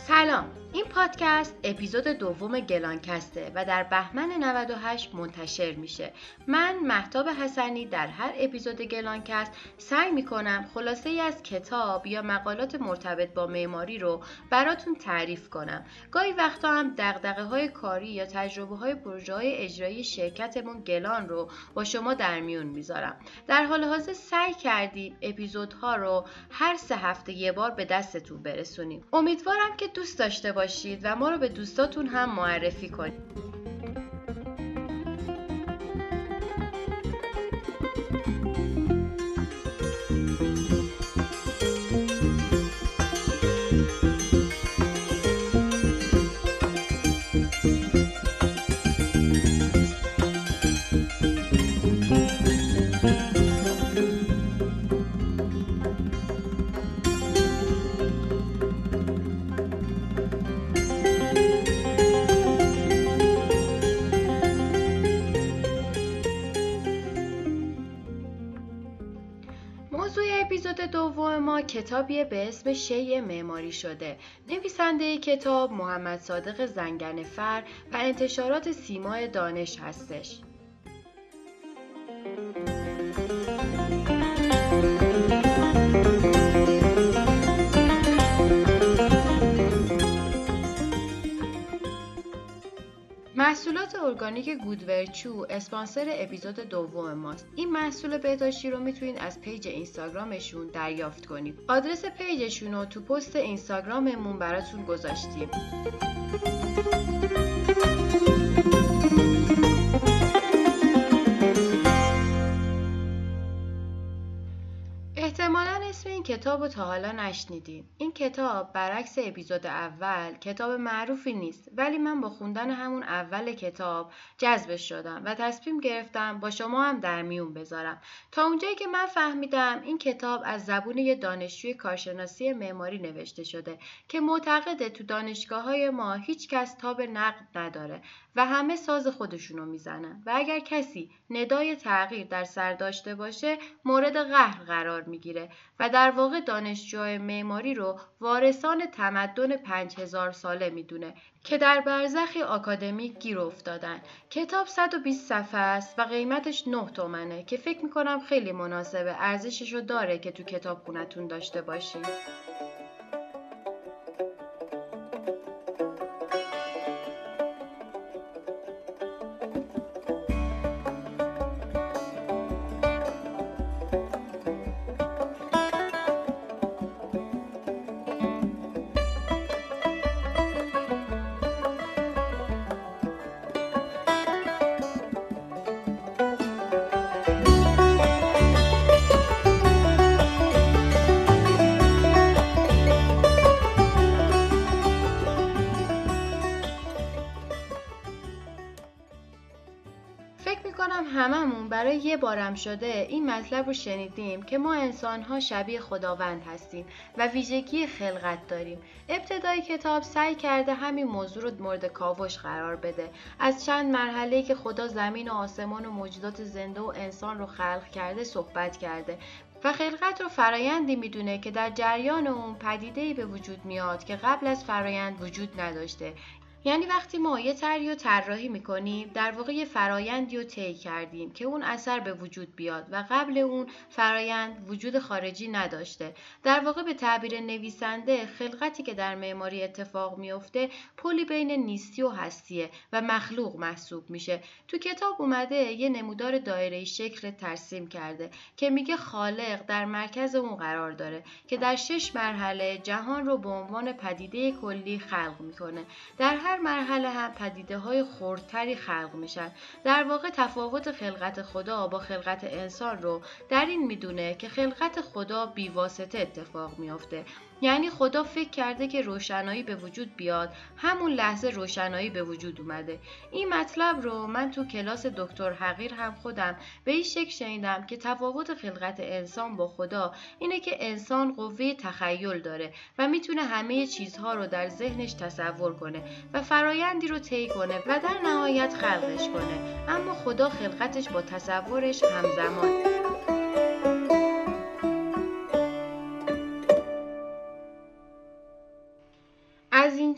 سلام، این پادکست اپیزود دوم گلانکسته و در بهمن 98 منتشر میشه. من مهتاب حسنی در هر اپیزود گلانکست سعی میکنم خلاصه ای از کتاب یا مقالات مرتبط با معماری رو براتون تعریف کنم. گاهی وقتا هم دغدغه‌های کاری یا تجربه‌های پروژه‌های اجرایی شرکتمون گلان رو با شما در میون میذارم. در حال حاضر سعی کردیم اپیزودها رو هر 3 هفته یه بار به دستتون برسونیم. امیدوارم که دوست داشته باشید و ما رو به دوستاتون هم معرفی کنید. موضوع اپیزود دوم ما کتابیه به اسم شیء معماری شده. نویسنده کتاب محمد صادق زنگنه‌فر و انتشارات سیمای دانش هستش. محصولات ارگانیک گودورچو اسپانسر اپیزود دوم ماست. این محصول بهداشتی رو میتونید از پیج اینستاگرامشون دریافت کنید. آدرس پیجشون رو تو پست اینستاگراممون براتون گذاشتیم. احتمالاً اسم این کتاب رو تا حالا نشنیدین. این کتاب برعکس اپیزود اول کتاب معروفی نیست، ولی من با خوندن همون اول کتاب جذبش شدم و تصمیم گرفتم با شما هم در میون بذارم. تا اونجایی که من فهمیدم این کتاب از زبون یه دانشجوی کارشناسی معماری نوشته شده که معتقده تو دانشگاه‌های ما هیچ کس تاب نقد نداره و همه ساز خودشونو میزنن و اگر کسی ندای تغییر در سر داشته باشه مورد قهر قرار میگیره و در واقع دانشجوهای معماری رو وارثان تمدن 5000 ساله میدونه که در برزخی آکادمیک گیر افتادن. کتاب 120 صفحه است و قیمتش 9 تومنه که فکر میکنم خیلی مناسبه، ارزششو داره که تو کتابخونه‌تون داشته باشین. هممون برای یه بارم شده این مطلب رو شنیدیم که ما انسان‌ها شبیه خداوند هستیم و ویژگی خلقت داریم. ابتدای کتاب سعی کرده همین موضوع رو مورد کاوش قرار بده. از چند مرحله‌ای که خدا زمین و آسمان و موجودات زنده و انسان رو خلق کرده صحبت کرده و خلقت رو فرایندی میدونه که در جریان اون پدیده‌ای به وجود میاد که قبل از فرایند وجود نداشته. یعنی وقتی ما یه طرحی رو طراحی میکنیم در واقع یه فرایندی رو طی کردیم که اون اثر به وجود بیاد و قبل اون فرایند وجود خارجی نداشته. در واقع به تعبیر نویسنده خلقتی که در معماری اتفاق میفته پلی بین نیستی و هستیه و مخلوق محسوب میشه. تو کتاب اومده یه نمودار دایره‌ای شکل ترسیم کرده که میگه خالق در مرکز اون قرار داره که در 6 مرحله جهان رو به عنوان پدیده کلی خلق میکنه. در هر مرحله هم پدیده‌های خردتری خلق میشن. در واقع تفاوت خلقت خدا با خلقت انسان رو در این میدونه که خلقت خدا بیواسطه اتفاق میافته. یعنی خدا فکر کرده که روشنایی به وجود بیاد، همون لحظه روشنایی به وجود اومده. این مطلب رو من تو کلاس دکتر حقیر هم خودم به این شکل شنیدم که تفاوت خلقت انسان با خدا اینه که انسان قوه تخیل داره و میتونه همه چیزها رو در ذهنش تصور کنه و فرایندی رو طی کنه و در نهایت خلقش کنه، اما خدا خلقتش با تصورش همزمان. از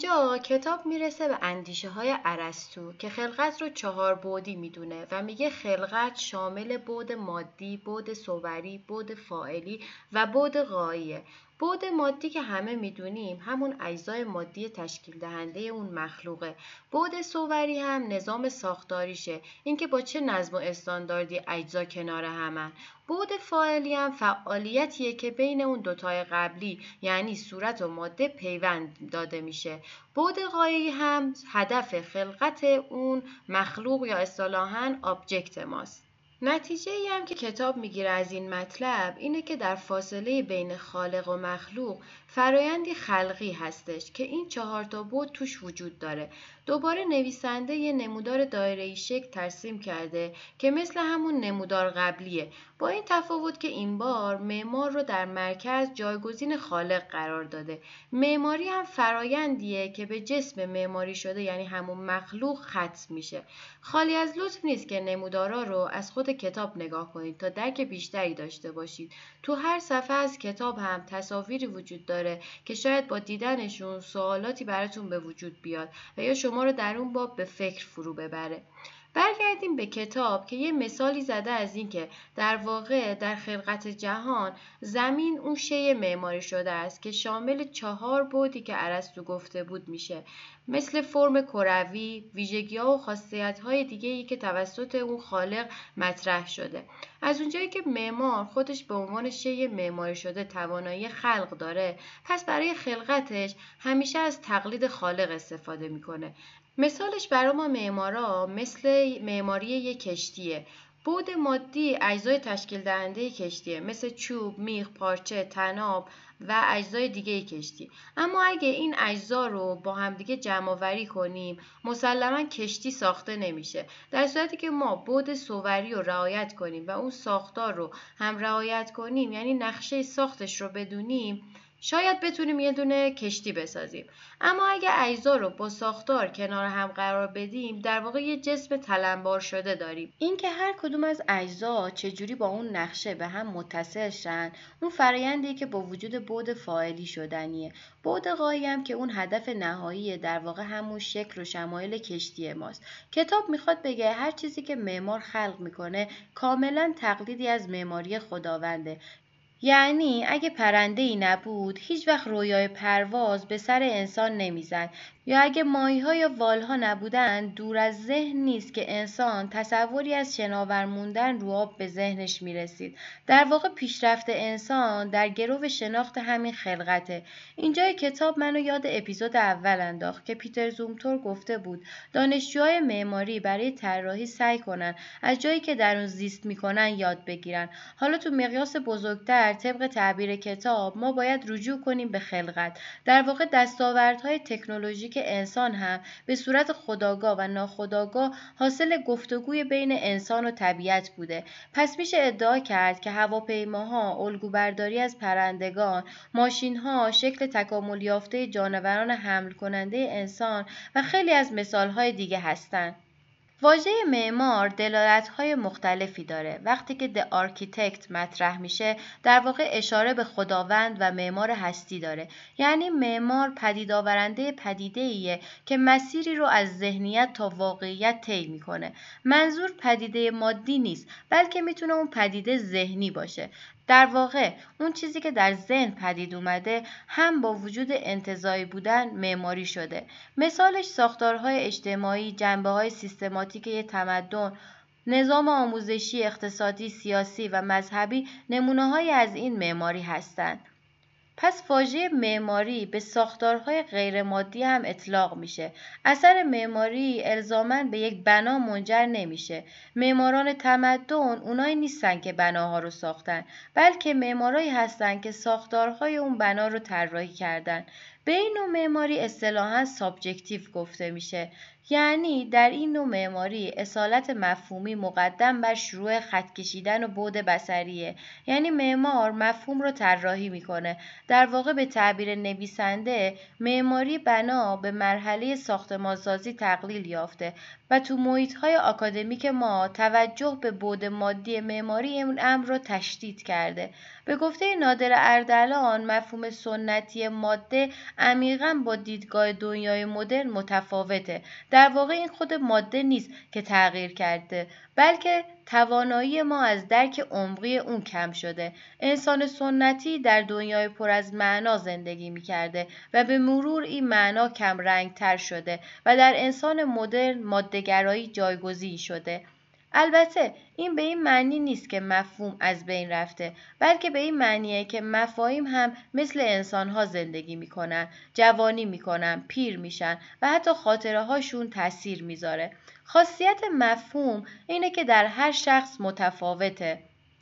اینجا کتاب میرسه به اندیشه های ارسطو که خلقت رو 4 بعدی میدونه و میگه خلقت شامل بعد مادی، بعد صوری، بعد فاعلی و بعد غاییه. بعد مادی که همه میدونیم همون اجزای مادی تشکیل دهنده اون مخلوقه. بعد صوری هم نظام ساختاریشه، اینکه با چه نظم و استانداردی اجزا کنار همن. بعد فاعلی هم فعالیتیه که بین اون دوتای قبلی یعنی صورت و ماده پیوند داده میشه. بعد غایی هم هدف خلقت اون مخلوق یا اصطلاحاً آبجکت ماست. نتیجه ای هم که کتاب میگیره از این مطلب اینه که در فاصله بین خالق و مخلوق فرایندی خلقی هستش که این 4 بعد توش وجود داره. دوباره نویسنده یه نمودار دایره‌ای شکل ترسیم کرده که مثل همون نمودار قبلیه، با این تفاوت که این بار معمار رو در مرکز جایگزین خالق قرار داده. معماری هم فرایندیه که به جسم معماری شده یعنی همون مخلوق ختم میشه. خالی از لطف نیست که نمودارا رو از خود کتاب نگاه کنید تا درک بیشتری داشته باشید. تو هر صفحه از کتاب هم تصاویری وجود داره که شاید با دیدنشون سوالاتی براتون به وجود بیاد و یا شما رو در اون باب به فکر فرو ببره. برگردیم به کتاب که یه مثالی زده از این که در واقع در خلقت جهان زمین اون شی معماری شده است که شامل 4 بعدی که ارسطو گفته بود میشه، مثل فرم کروی، ویژگی‌ها و خاصیت‌های دیگه‌ای که توسط اون خالق مطرح شده. از اونجایی که معمار خودش به عنوان شی معماری شده توانایی خلق داره، پس برای خلقتش همیشه از تقلید خالق استفاده میکنه. مثالش برای ما معمارا مثل معماری یک کشتیه. بعد مادی اجزای تشکیل دهنده کشتیه، مثل چوب، میخ، پارچه، طناب و اجزای دیگه کشتی. اما اگه این اجزا رو با همدیگه جمع آوری کنیم مسلماً کشتی ساخته نمیشه. در صورتی که ما بعد صوری رو رعایت کنیم و اون ساختار رو هم رعایت کنیم، یعنی نقشه ساختش رو بدونیم، شاید بتونیم یه دونه کشتی بسازیم. اما اگه اجزا رو با ساختار کنار هم قرار بدیم، در واقع یه جسم تلمبار شده داریم. این که هر کدوم از اجزا چجوری با اون نقشه به هم متصل شن، اون فرآیندی که با وجود بعد فاعلی شدنیه. بعد غایی هم که اون هدف نهایی در واقع همون شکل و شمایل کشتی ماست. کتاب میخواد بگه هر چیزی که معمار خلق میکنه کاملا تقلیدی از معماری خداونده. یعنی اگه پرنده‌ای نبود هیچ وقت رویای پرواز به سر انسان نمیزد، یا اگه ماهی‌ها یا والها نبودن دور از ذهن نیست که انسان تصوری از شناور موندن رو آب به ذهنش میرسید. در واقع پیشرفت انسان در گرو شناخت همین خلقته. اینجای کتاب منو یاد اپیزود اول انداخت که پیتر زومتور گفته بود دانشجوهای معماری برای طراحی سعی کنن از جایی که در اون زیست میکنن یاد بگیرن. حالا تو مقیاس بزرگتر طبق تعبیر کتاب ما باید رجوع کنیم به خلقت. در واقع دستاوردهای تکنولوژیک انسان هم به صورت خودآگاه و ناخودآگاه حاصل گفتگوی بین انسان و طبیعت بوده. پس میشه ادعا کرد که هواپیماها الگوبرداری از پرندگان، ماشین‌ها شکل تکامل یافته جانوران حمل کننده انسان و خیلی از مثال‌های دیگه هستند. واژه معمار دلالت‌های مختلفی داره. وقتی که The Architect مطرح میشه در واقع اشاره به خداوند و معمار هستی داره. یعنی معمار پدید آورنده پدیده‌ایه که مسیری رو از ذهنیت تا واقعیت طی میکنه. منظور پدیده مادی نیست، بلکه میتونه اون پدیده ذهنی باشه. در واقع اون چیزی که در ذهن پدید اومده هم با وجود انتزاعی بودن معماری شده. مثالش ساختارهای اجتماعی، جنبه‌های سیستماتیک یک تمدن، نظام آموزشی، اقتصادی، سیاسی و مذهبی نمونه‌هایی از این معماری هستند. پس واژه معماری به ساختارهای غیرمادی هم اطلاق میشه. اثر معماری الزاماً به یک بنا منجر نمیشه. معماران تمدن اونایی نیستن که بناها رو ساختن، بلکه معمارایی هستن که ساختارهای اون بنا رو طراحی کردن. به این نوع معماری اصطلاحاً سابجکتیو گفته میشه. یعنی در این نوع معماری اصالت مفهومی مقدم بر شروع خط کشیدن و بعد بصریه. یعنی معمار مفهوم رو طراحی میکنه. در واقع به تعبیر نویسنده معماری بنا به مرحله ساختمانسازی تقلیل یافته و تو محیط‌های آکادمیک ما توجه به بعد مادی معماری این امر رو تشدید کرده. به گفته نادر اردلان مفهوم سنتی ماده عمیقاً با دیدگاه دنیای مدرن متفاوته. در واقع این خود ماده نیست که تغییر کرده، بلکه توانایی ما از درک عمقی اون کم شده. انسان سنتی در دنیای پر از معنا زندگی می‌کرده و به مرور این معنا کم رنگ تر شده و در انسان مدرن ماده‌گرایی جایگزین شده. البته این به این معنی نیست که مفهوم از بین رفته، بلکه به این معنیه که مفاهیم هم مثل انسان‌ها زندگی می‌کنن، جوانی می‌کنن، پیر میشن و حتی خاطره هاشون تأثیر میذاره. خاصیت مفهوم اینه که در هر شخص متفاوته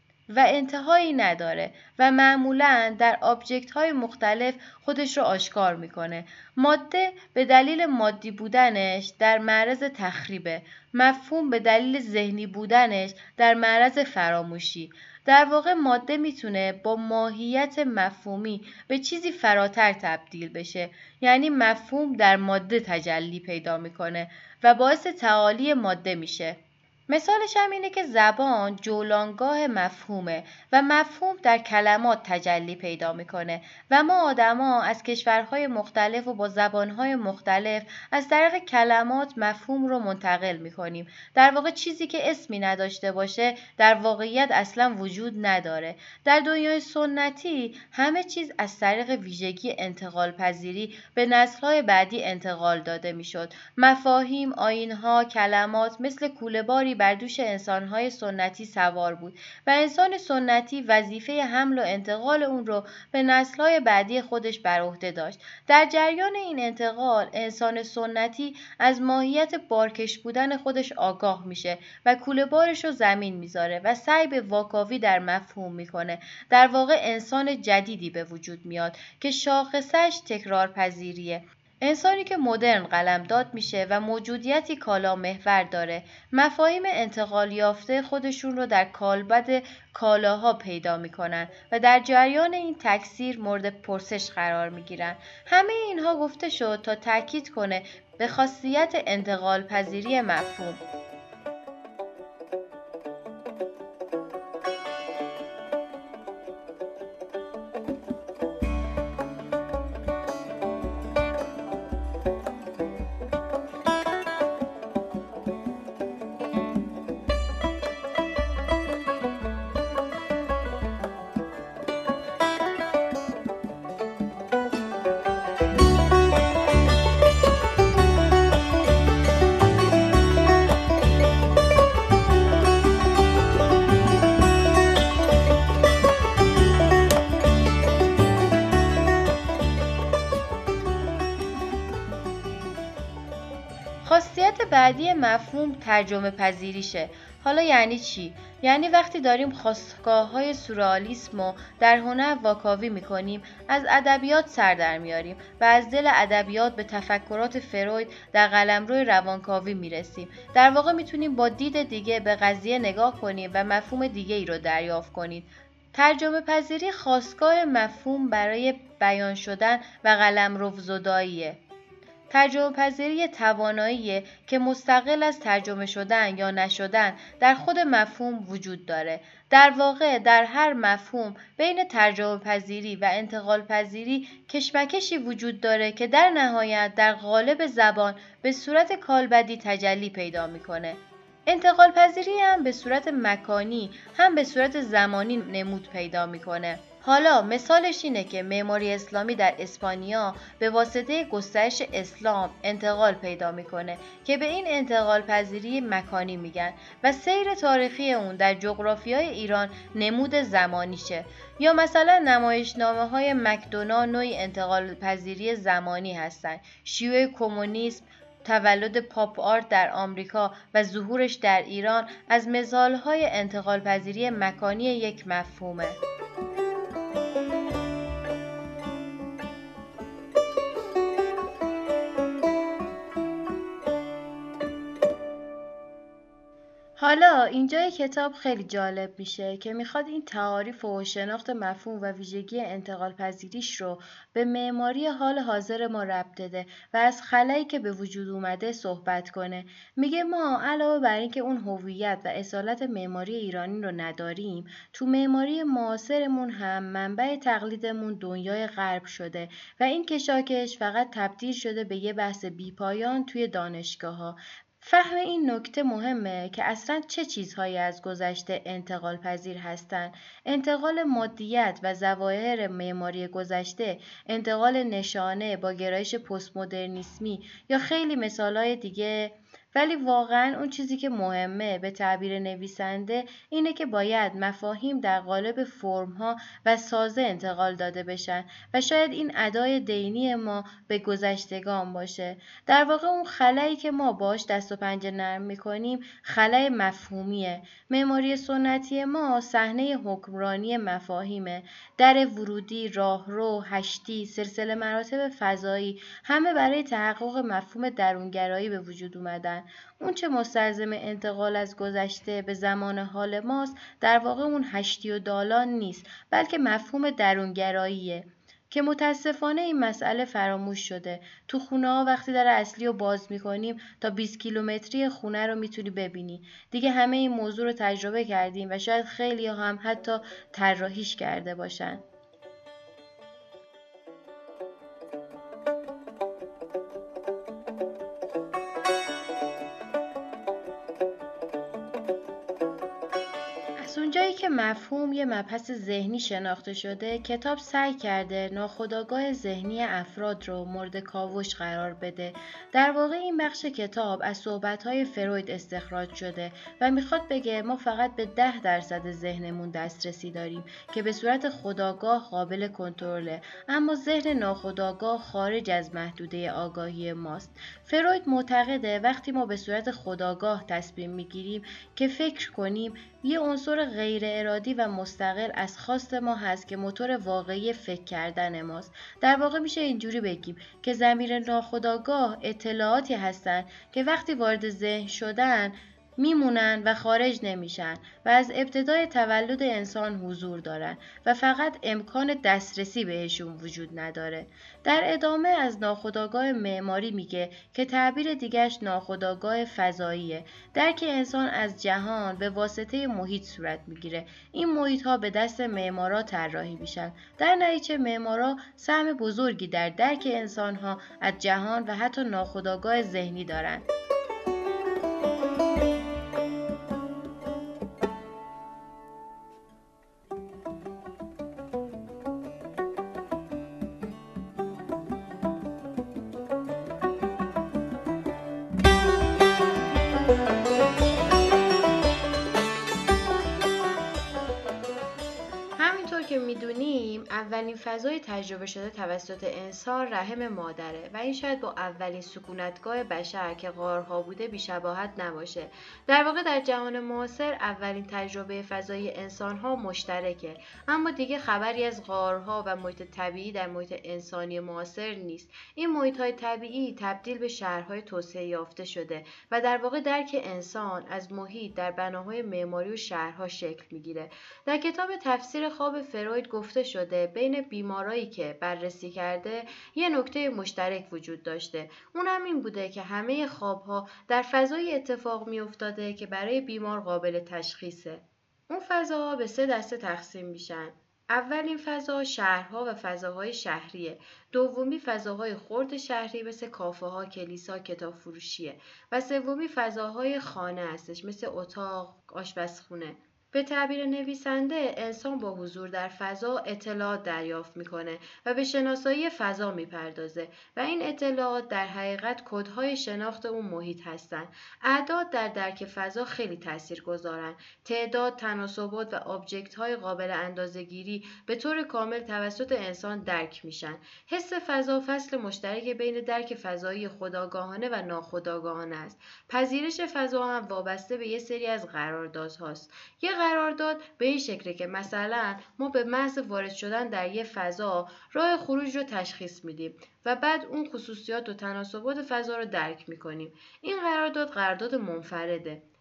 و انتهایی نداره و معمولاً در آبجکت های مختلف خودش رو آشکار میکنه. ماده به دلیل مادی بودنش در معرض تخریبه، مفهوم به دلیل ذهنی بودنش در معرض فراموشی. در واقع ماده میتونه با ماهیت مفهومی به چیزی فراتر تبدیل بشه. یعنی مفهوم در ماده تجلی پیدا میکنه و باعث تعالی ماده میشه. مثالش هم اینه که زبان جولانگاه مفهومه و مفهوم در کلمات تجلی پیدا میکنه و ما آدما از کشورهای مختلف و با زبانهای مختلف از طریق کلمات مفهوم رو منتقل میکنیم. در واقع چیزی که اسمی نداشته باشه در واقعیت اصلا وجود نداره. در دنیای سنتی همه چیز از طریق ویژگی انتقال پذیری به نسل‌های بعدی انتقال داده میشد. مفاهیم، آیین‌ها، کلمات مثل کوله‌باری بر دوش انسان‌های سنتی سوار بود و انسان سنتی وظیفه حمل و انتقال اون رو به نسل‌های بعدی خودش بر عهده داشت. در جریان این انتقال انسان سنتی از ماهیت بارکش بودن خودش آگاه میشه و کوله‌بارش رو زمین میذاره و سعی به واکاوی در مفهوم میکنه. در واقع انسان جدیدی به وجود میاد که شاخصش تکرارپذیریه. انسانی که مدرن قلمداد میشه و موجودیتی کالا محور داره. مفاهیم انتقال یافته خودشون رو در کالبد کالاها پیدا میکنن و در جریان این تکثیر مورد پرسش قرار میگیرن. همه اینها گفته شد تا تاکید کنه به خاصیت انتقال پذیری مفهوم. خاصیت بعدی مفهوم ترجمه پذیریشه. حالا یعنی چی؟ یعنی وقتی داریم خاستگاه‌های سورئالیسم رو در هنر واکاوی می‌کنیم، از ادبیات سر در میاریم و از دل ادبیات به تفکرات فروید در قلمرو روانکاوی میرسیم. در واقع میتونیم با دید دیگه به قضیه نگاه کنیم و مفهوم دیگه‌ای رو دریافت کنیم. ترجمه پذیری خاستگاه مفهوم برای بیان شدن و قلمروزداییه. ترجمه پذیری تواناییه که مستقل از ترجمه شدن یا نشدن در خود مفهوم وجود داره. در واقع در هر مفهوم بین ترجمه پذیری و انتقال پذیری کشمکشی وجود داره که در نهایت در قالب زبان به صورت کالبدی تجلی پیدا میکنه. انتقال پذیری هم به صورت مکانی هم به صورت زمانی نمود پیدا میکنه. حالا مثالش اینه که معماری اسلامی در اسپانیا به واسطه گسترش اسلام انتقال پیدا میکنه که به این انتقال پذیری مکانی میگن و سیر تاریخی اون در جغرافیای ایران نمود زمانیشه. یا مثلا نمایشنامه‌های مکدونا نوعی انتقال پذیری زمانی هستن. شیوع کمونیسم، تولد پاپ آرت در آمریکا و ظهورش در ایران از مثال‌های انتقال پذیری مکانی یک مفهومه. حالا اینجای کتاب خیلی جالب میشه که میخواد این تعاریف و شناخت مفهوم و ویژگی انتقال پذیریش رو به معماری حال حاضر ما ربط بده و از خلایی که به وجود اومده صحبت کنه. میگه ما علاوه بر اینکه اون هویت و اصالت معماری ایرانی رو نداریم، تو معماری معاصرمون هم منبع تقلیدمون دنیای غرب شده و این کشاکش فقط تبدیل شده به یه بحث بیپایان توی دانشگاه‌ها. فهم این نکته مهمه که اصلا چه چیزهایی از گذشته انتقال پذیر هستند. انتقال مادیت و ظواهر معماری گذشته، انتقال نشانه با گرایش پست مدرنیسمی یا خیلی مثالهای دیگه. ولی واقعا اون چیزی که مهمه به تعبیر نویسنده اینه که باید مفاهیم در قالب فرم‌ها و سازه انتقال داده بشن و شاید این ادای دینی ما به گذشتگان باشه. در واقع اون خلایی که ما باش دست و پنجه نرم میکنیم خلای مفهومیه. معماری سنتی ما صحنه حکمرانی مفاهیمه. در ورودی، راهرو، هشتی، سلسله مراتب فضایی همه برای تحقق مفهوم درونگرایی به وجود اومدن. اون چه مستلزم انتقال از گذشته به زمان حال ماست در واقع اون هشتی و دالان نیست، بلکه مفهوم درونگراییه که متاسفانه این مسئله فراموش شده. تو خونه ها وقتی در اصلی رو باز میکنیم تا 20 کیلومتری خونه رو میتونی ببینی. دیگه همه این موضوع رو تجربه کردیم و شاید خیلی هم حتی طراحیش کرده باشن. از اونجایی که مفهوم یه مبحث ذهنی شناخته شده، کتاب سعی کرده ناخودآگاه ذهنی افراد رو مورد کاوش قرار بده. در واقع این بخش کتاب از صحبت‌های فروید استخراج شده و میخواد بگه ما فقط به 10% ذهنمون دسترسی داریم که به صورت خودآگاه قابل کنترله، اما ذهن ناخودآگاه خارج از محدوده آگاهی ماست. فروید معتقده وقتی ما به صورت خودآگاه تصمیم میگیریم که فکر کنیم، یه عنصر غیر ارادی و مستقل از خواست ما هست که موتور واقعی فکر کردن ماست. در واقع میشه اینجوری بگیم که ضمیر ناخودآگاه اطلاعاتی هستن که وقتی وارد ذهن شدن میمونن و خارج نمیشن و از ابتدای تولد انسان حضور دارن و فقط امکان دسترسی بهشون وجود نداره. در ادامه از ناخودآگاه معماری میگه که تعبیر دیگرش ناخودآگاه فضاییه. درک انسان از جهان به واسطه محیط صورت میگیره. این محیط ها به دست معمارا طراحی میشن. در نتیجه معمارا سهم بزرگی در درک انسان ها از جهان و حتی ناخودآگاه ذهنی دارن. همینطور که میدونیم اولین فضای تجربه شده توسط انسان رحم مادره و این شاید با اولین سکونتگاه بشر که غارها بوده بی‌شباهت نباشه. در واقع در جهان معاصر اولین تجربه فضایی انسان‌ها مشترکه، اما دیگه خبری از غارها و محیط طبیعی در محیط انسانی معاصر نیست. این محیط‌های طبیعی تبدیل به شهرهای توسعه یافته شده و در واقع درک انسان از محیط در بناهای معماری و شهرها شکل میگیره. در کتاب تفسیر خواب فروید گفته شده بین بیمارایی که بررسی کرده یه نکته مشترک وجود داشته. اون هم این بوده که همه خوابها در فضای اتفاق می افتاده که برای بیمار قابل تشخیصه. اون فضاها به 3 دسته تقسیم میشن. اولین فضا شهرها و فضاهای شهریه. دومی فضاهای خرد شهری مثل کافه ها، کلیسا، کتاب فروشیه و سومی فضاهای خانه هستش مثل اتاق، آشپزخونه. به تعبیر نویسنده انسان با حضور در فضا اطلاعات دریافت میکنه و به شناسایی فضا میپردازه و این اطلاعات در حقیقت کدهای شناخت اون محیط هستن. اعداد در درک فضا خیلی تاثیرگذارن. تعداد، تناسبات و آبجکت های قابل اندازه‌گیری به طور کامل توسط انسان درک میشن. حس فضا فصل مشترک بین درک فضایی خودآگاهانه و ناخودآگاهانه است. پذیرش فضا هم وابسته به یه سری از قراردادهاست. یه قرارداد به این شکله که مثلا ما به محض وارد شدن در یه فضا راه خروج رو تشخیص میدیم و بعد اون خصوصیات و تناسبات فضا رو درک میکنیم. این قرارداد منفرده.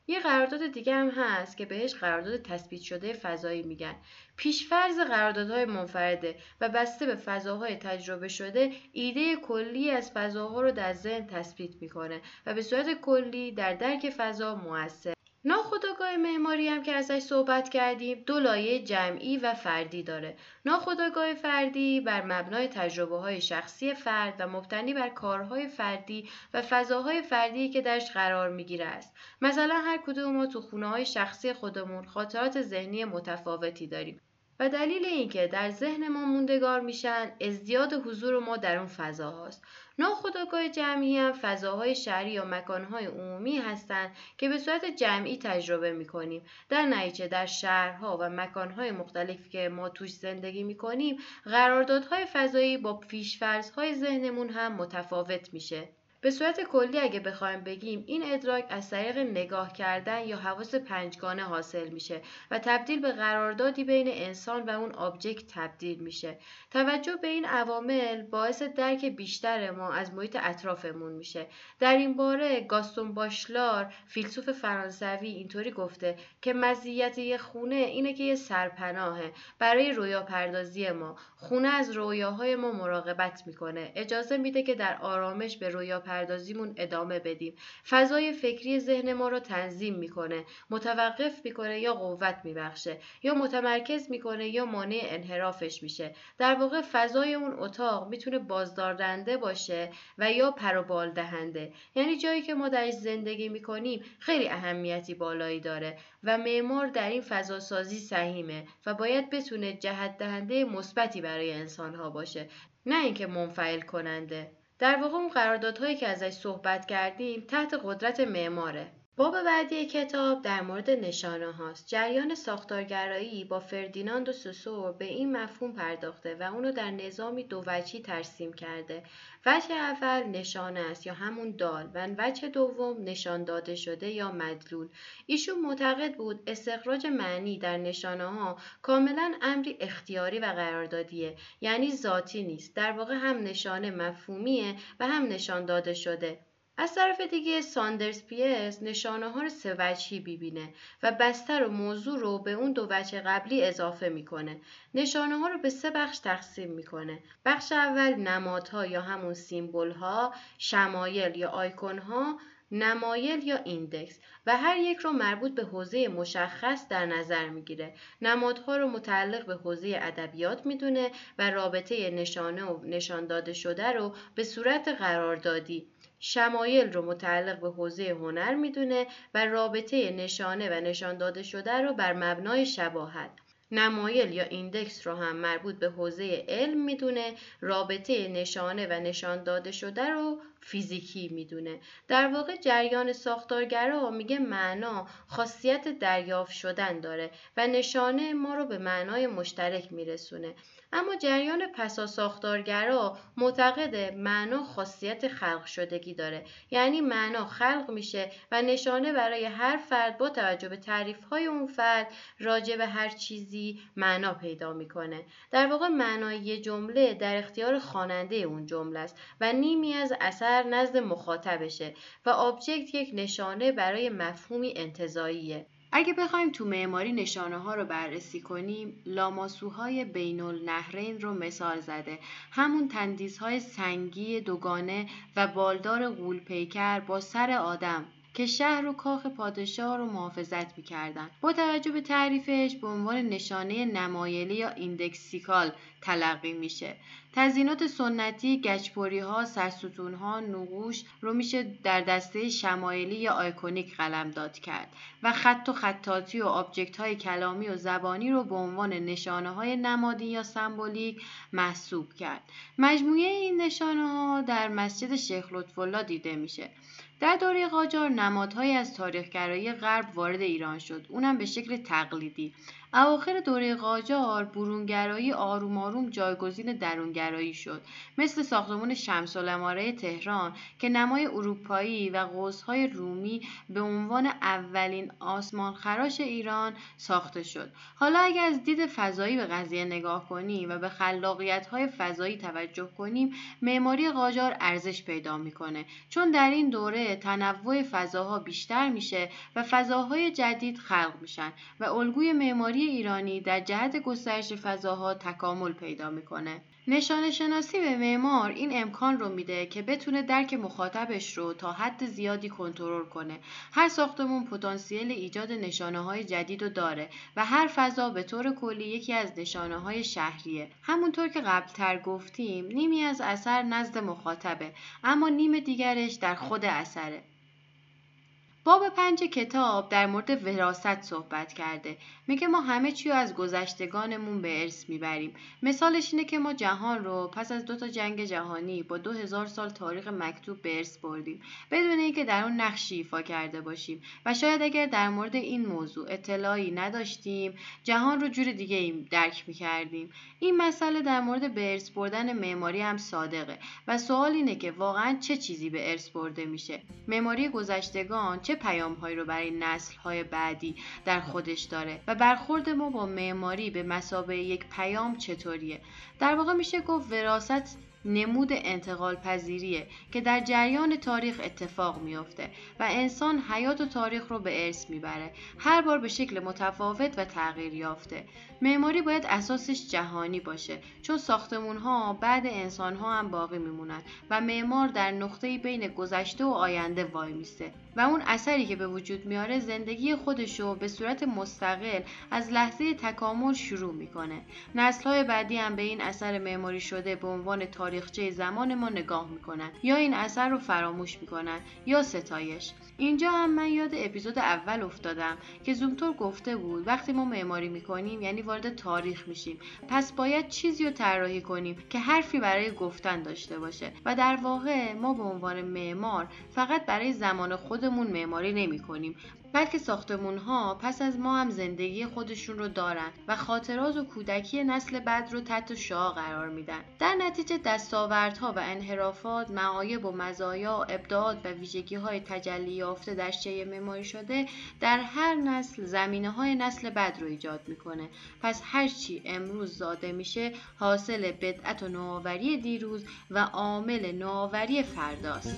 یه قرارداد دیگه هم هست که بهش قرارداد تثبیت شده فضایی میگن. پیشفرض قراردادهای منفرده و بسته به فضاهای تجربه شده ایده کلی از فضاها رو در ذهن تثبیت میکنه و به صورت کلی در درک فضا مؤثر. ناخودآگاه معماری هم که ازش صحبت کردیم 2 لایه جمعی و فردی داره. ناخودآگاه فردی بر مبنای تجربه‌های شخصی فرد و مبتنی بر کارهای فردی و فضاهای فردی که درش قرار میگیره است. مثلا هر کدوم ما تو خونه‌های شخصی خودمون خاطرات ذهنی متفاوتی داریم و دلیل اینکه در ذهن ما موندگار میشن ازدیاد حضور ما در اون فضاهاست. ناخودآگاه جمعی هم فضاهای شهری یا مکانهای عمومی هستند که به صورت جمعی تجربه میکنیم. در نتیجه در شهرها و مکانهای مختلفی که ما توش زندگی میکنیم قراردادهای فضایی با پیش‌فرض‌های ذهنمون هم متفاوت میشه. به صورت کلی اگه بخوایم بگیم این ادراک از طریق نگاه کردن یا حواس پنجگانه حاصل میشه و تبدیل به قراردادی بین انسان و اون آبجکت تبدیل میشه. توجه به این عوامل باعث درک بیشتر ما از محیط اطرافمون میشه. در این باره گاستون باشلار فیلسوف فرانسوی اینطوری گفته که مزیت یه خونه اینه که یه سرپناهه برای رویا پردازی ما. خونه از رویاهای ما مراقبت میکنه، اجازه میده که در آرامش به رویا پردازیمون ادامه بدیم. فضای فکری ذهن ما رو تنظیم میکنه، متوقف میکنه یا قوت میبخشه، یا متمرکز میکنه یا مانع انحرافش میشه. در واقع فضای اون اتاق میتونه بازدارنده باشه و یا پر و بال دهنده. یعنی جایی که ما درش زندگی میکنیم خیلی اهمیتی بالایی داره و معمار در این فضا سازی سهیمه و باید بتونه جهت دهنده مثبتی برای انسان‌ها باشه، نه اینکه منفعل کننده. در واقع اون قراردادهایی که ازش صحبت کردیم تحت قدرت معماره. باب بعدی کتاب در مورد نشانه هاست. جریان ساختارگرایی با فردیناند و سوسور به این مفهوم پرداخته و اونو در نظامی 2 وجهی ترسیم کرده. وجه اول نشانه است یا همون دال و وجه دوم نشان داده شده یا مدلول. ایشون معتقد بود استخراج معنی در نشانه ها کاملا امری اختیاری و قراردادیه، یعنی ذاتی نیست. در واقع هم نشانه مفهومیه و هم نشان داده شده. از طرف دیگه ساندرز پیرس نشانه ها رو 3 وجهی ببینه و بستر و موضوع رو به اون 2 وجه قبلی اضافه میکنه. نشانه ها رو به 3 بخش تقسیم میکنه. بخش اول نمادها یا همون سیمبل ها، شمایل یا آیکون ها، نمایل یا ایندکس و هر یک رو مربوط به حوزه مشخص در نظر میگیره. نمادها رو متعلق به حوزه ادبیات میدونه و رابطه نشانه و نشان داده شده رو به صورت قراردادی. شمایل رو متعلق به حوزه هنر میدونه و رابطه نشانه و نشان داده شده رو بر مبنای شباهت. نمایل یا ایندکس رو هم مربوط به حوزه علم میدونه، رابطه نشانه و نشان داده شده رو فیزیکی میدونه. در واقع جریان ساختارگرا میگه معنا خاصیت دریافت شدن داره و نشانه ما رو به معنای مشترک میرسونه. اما جریان پسا ساختارگرا معتقد معنا خاصیت خلق شدگی داره، یعنی معنا خلق میشه و نشانه برای هر فرد با توجه به تعریف‌های اون فرد راجع به هر چیزی معنا پیدا میکنه. در واقع معنای یه جمله در اختیار خواننده اون جمله است و نیمی از اثر نزد مخاطبشه و آبجکت یک نشانه برای مفهومی انتزاعیه. اگه بخوایم تو معماری نشانه ها رو بررسی کنیم، لاماسوهای بین النهرین رو مثال زده. همون تندیس‌های سنگی دوگانه و بالدار غول‌پیکر با سر آدم که شهر و کاخ پادشاه رو محافظت می‌کردن. با توجه به تعریفش به عنوان نشانه نمایلی یا ایندکسیکال تلقی میشه. تزیینات سنتی، گچ‌بری‌ها، سرستون‌ها، نقوش رو میشه در دسته شمایلی یا آیکونیک قلمداد کرد و خط و خطاطی و آبجکت‌های کلامی و زبانی رو به عنوان نشانه‌های نمادی یا سمبولیک محسوب کرد. مجموعه این نشانه‌ها در مسجد شیخ لطف‌الله دیده میشه. در دوره قاجار نمادهایی از تاریخ‌گرایی غرب وارد ایران شد، اونم به شکل تقلیدی. اواخر دوره قاجار برونگرایی آروم آروم جایگزین درونگرایی شد. مثل ساختمان شمس‌العماره تهران که نمای اروپایی و قوس‌های رومی به عنوان اولین آسمانخراش ایران ساخته شد. حالا اگر از دید فضایی به قضیه نگاه کنیم و به خلاقیت‌های فضایی توجه کنیم، معماری قاجار ارزش پیدا می‌کنه، چون در این دوره تنوع فضاها بیشتر میشه و فضاهای جدید خلق میشن و الگوی معماری ایرانی در جهت گسترش فضاها تکامل پیدا میکنه. نشانه شناسی به معمار این امکان رو میده که بتونه درک مخاطبش رو تا حد زیادی کنترل کنه. هر ساختمون پتانسیل ایجاد نشانه‌های جدید رو داره و هر فضا به طور کلی یکی از نشانه‌های شهریه. همونطور که قبل‌تر گفتیم، نیمی از اثر نزد مخاطبه، اما نیم دیگرش در خود اثره. باب 5 کتاب در مورد وراثت صحبت کرده. میگه ما همه چی رو از گذشتگانمون به ارث میبریم. مثالش اینه که ما جهان رو پس از 2 جنگ جهانی با 2000 سال تاریخ مکتوب به ارث بردیم، بدون اینکه در اون نقشی ایفا کرده باشیم و شاید اگر در مورد این موضوع اطلاعی نداشتیم، جهان رو جور دیگه ای درک میکردیم. این مسئله در مورد به ارث بردن معماری هم صادقه و سوال اینه که واقعا چه چیزی به ارث برده میشه؟ معماری گذشتگان چه پیام‌هایی رو برای نسل‌های بعدی در خودش داره و برخورد ما با معماری به مثابه یک پیام چطوریه؟ در واقع میشه گفت وراثت نمود انتقال پذیریه که در جریان تاریخ اتفاق میفته و انسان حیات و تاریخ رو به ارث میبره، هر بار به شکل متفاوت و تغییر یافته. معماری باید اساسش جهانی باشه، چون ساختمون‌ها بعد انسان‌ها هم باقی میمونن و معمار در نقطه‌ای بین گذشته و آینده وای میسته و اون اثری که به وجود میاره زندگی خودشو به صورت مستقل از لحظه تکامل شروع میکنه. نسل‌های بعدی هم به این اثر معماری شده به عنوان تاریخچه زمان ما نگاه میکنن، یا این اثر رو فراموش میکنن یا ستایش. اینجا هم من یاد اپیزود اول افتادم که زومتور گفته بود وقتی ما معماری میکنیم یعنی وارد تاریخ میشیم، پس باید چیزی رو طراحی کنیم که حرفی برای گفتن داشته باشه و در واقع ما به عنوان معمار فقط برای زمان خودمون معماری نمی‌کنیم، بلکه ساختمون‌ها پس از ما هم زندگی خودشون رو دارن و خاطرات و کودکی نسل بعد رو تحت شعاع قرار میدن. در نتیجه دستاوردها و انحرافات، معایب و مزایا، ابداعات و ویژگی‌های تجلی یافته در شیء معماری شده در هر نسل زمینه‌های نسل بعد رو ایجاد میکنه. پس هر چی امروز زاده میشه حاصل بدعت و نوآوری دیروز و عامل نوآوری فرداست.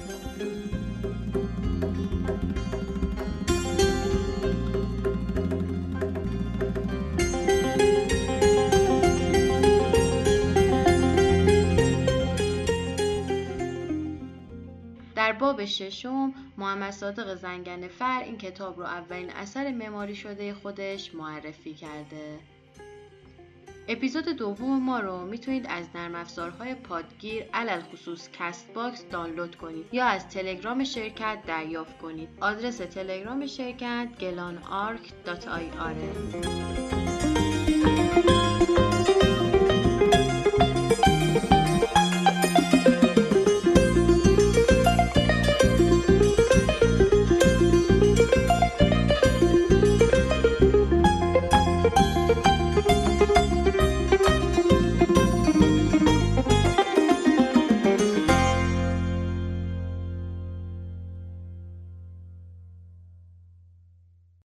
در باب 6 محمد صادق زنگنه‌فر این کتاب رو اولین اثر معماری شده خودش معرفی کرده. اپیزود دوم ما رو میتونید از نرم افزارهای پادگیر علل خصوص کست باکس دانلود کنید یا از تلگرام شرکت دریافت کنید. آدرس تلگرام شرکت gelanarc.ir